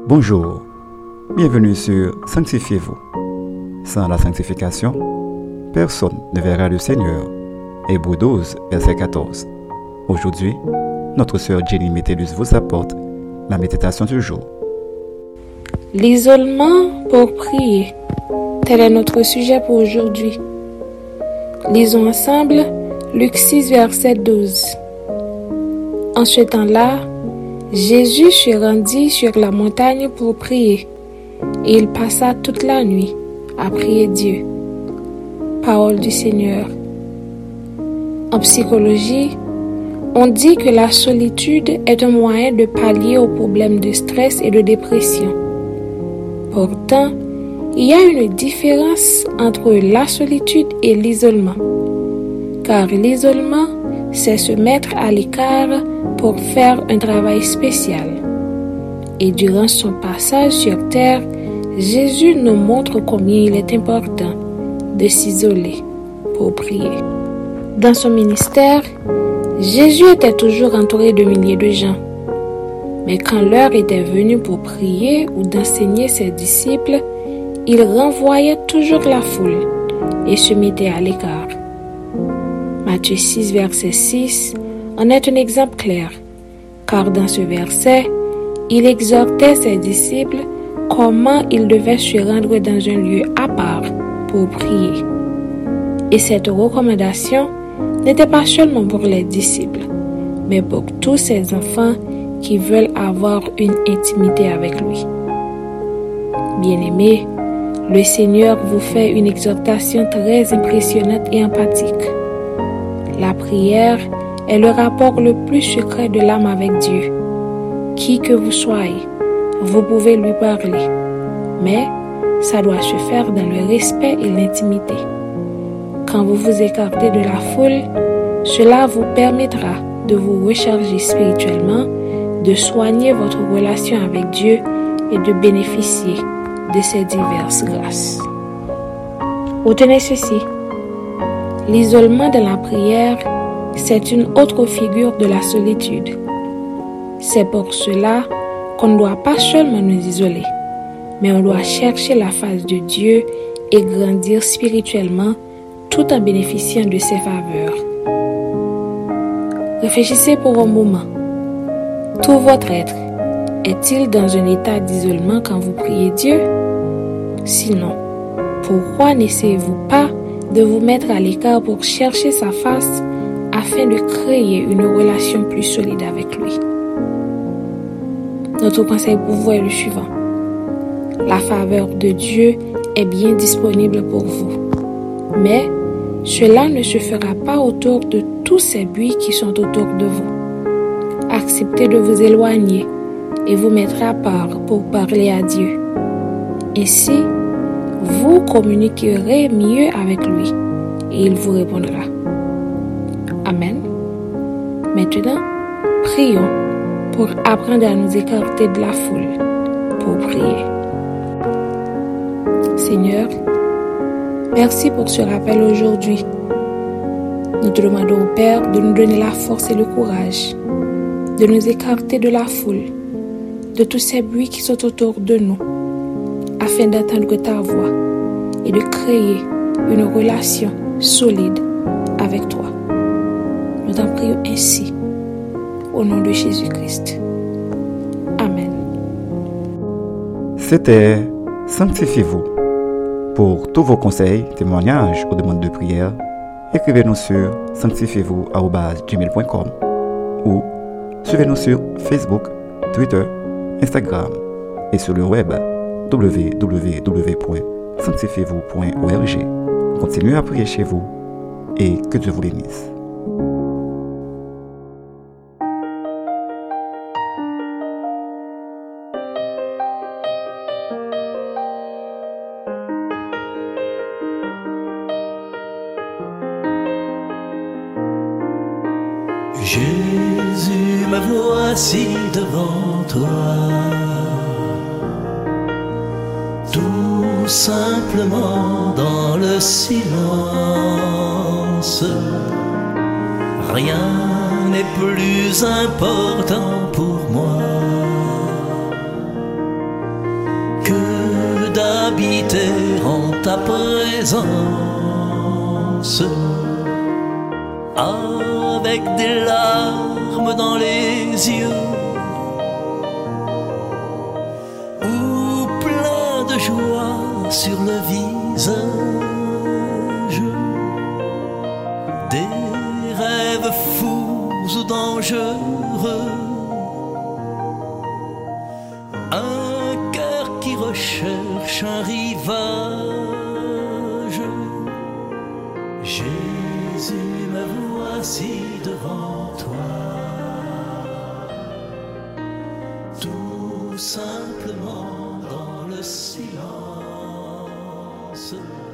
Bonjour, bienvenue sur Sanctifiez-vous. Sans la sanctification, personne ne verra le Seigneur. Hébreux 12, verset 14. Aujourd'hui, notre sœur Jenny Métellus vous apporte la méditation du jour. L'isolement pour prier. Tel est notre sujet pour aujourd'hui. Lisons ensemble Luc 6, verset 12. En ce temps-là, Jésus se rendit sur la montagne pour prier, et il passa toute la nuit à prier Dieu. Parole du Seigneur. En psychologie, on dit que la solitude est un moyen de pallier aux problèmes de stress et de dépression. Pourtant, il y a une différence entre la solitude et l'isolement. Car l'isolement, c'est se mettre à l'écart pour faire un travail spécial. Et durant son passage sur terre, Jésus nous montre combien il est important de s'isoler pour prier. Dans son ministère, Jésus était toujours entouré de milliers de gens. Mais quand l'heure était venue pour prier ou d'enseigner ses disciples, il renvoyait toujours la foule et se mettait à l'écart. Matthieu 6, verset 6 en est un exemple clair, car dans ce verset, il exhortait ses disciples comment ils devaient se rendre dans un lieu à part pour prier. Et cette recommandation n'était pas seulement pour les disciples, mais pour tous ces enfants qui veulent avoir une intimité avec lui. Bien-aimés, le Seigneur vous fait une exhortation très impressionnante et empathique. La prière est le rapport le plus secret de l'âme avec Dieu. Qui que vous soyez, vous pouvez lui parler, mais ça doit se faire dans le respect et l'intimité. Quand vous vous écartez de la foule, cela vous permettra de vous recharger spirituellement, de soigner votre relation avec Dieu et de bénéficier de ses diverses grâces. Retenez ceci. L'isolement de la prière, c'est une autre figure de la solitude. C'est pour cela qu'on ne doit pas seulement nous isoler, mais on doit chercher la face de Dieu et grandir spirituellement tout en bénéficiant de ses faveurs. Réfléchissez pour un moment. Tout votre être est-il dans un état d'isolement quand vous priez Dieu? Sinon, pourquoi n'essayez-vous pas de vous mettre à l'écart pour chercher sa face afin de créer une relation plus solide avec lui? Notre conseil pour vous est le suivant. La faveur de Dieu est bien disponible pour vous. Mais cela ne se fera pas autour de tous ces buis qui sont autour de vous. Acceptez de vous éloigner et vous mettre à part pour parler à Dieu. Ainsi, vous communiquerez mieux avec lui et il vous répondra. Amen. Maintenant, prions pour apprendre à nous écarter de la foule pour prier. Seigneur, merci pour ce rappel aujourd'hui. Nous te demandons au Père de nous donner la force et le courage de nous écarter de la foule, de tous ces bruits qui sont autour de nous, afin d'entendre ta voix et de créer une relation solide avec toi. Nous t'en prions ainsi, au nom de Jésus-Christ. Amen. C'était Sanctifiez-vous. Pour tous vos conseils, témoignages ou demandes de prière, écrivez-nous sur sanctifiez-vous@gmail.com ou suivez-nous sur Facebook, Twitter, Instagram et sur le web www.sanctifiez-vous.org. Continuez à prier chez vous et que Dieu vous bénisse. Jésus, me voici devant toi, tout simplement dans le silence. Rien n'est plus important pour moi. habiter en ta présence, avec des larmes dans les yeux, ou plein de joie sur le visage, des rêves fous ou dangereux, un cœur qui recherche un rivage. Jésus, me voici devant toi, tout simplement dans le silence.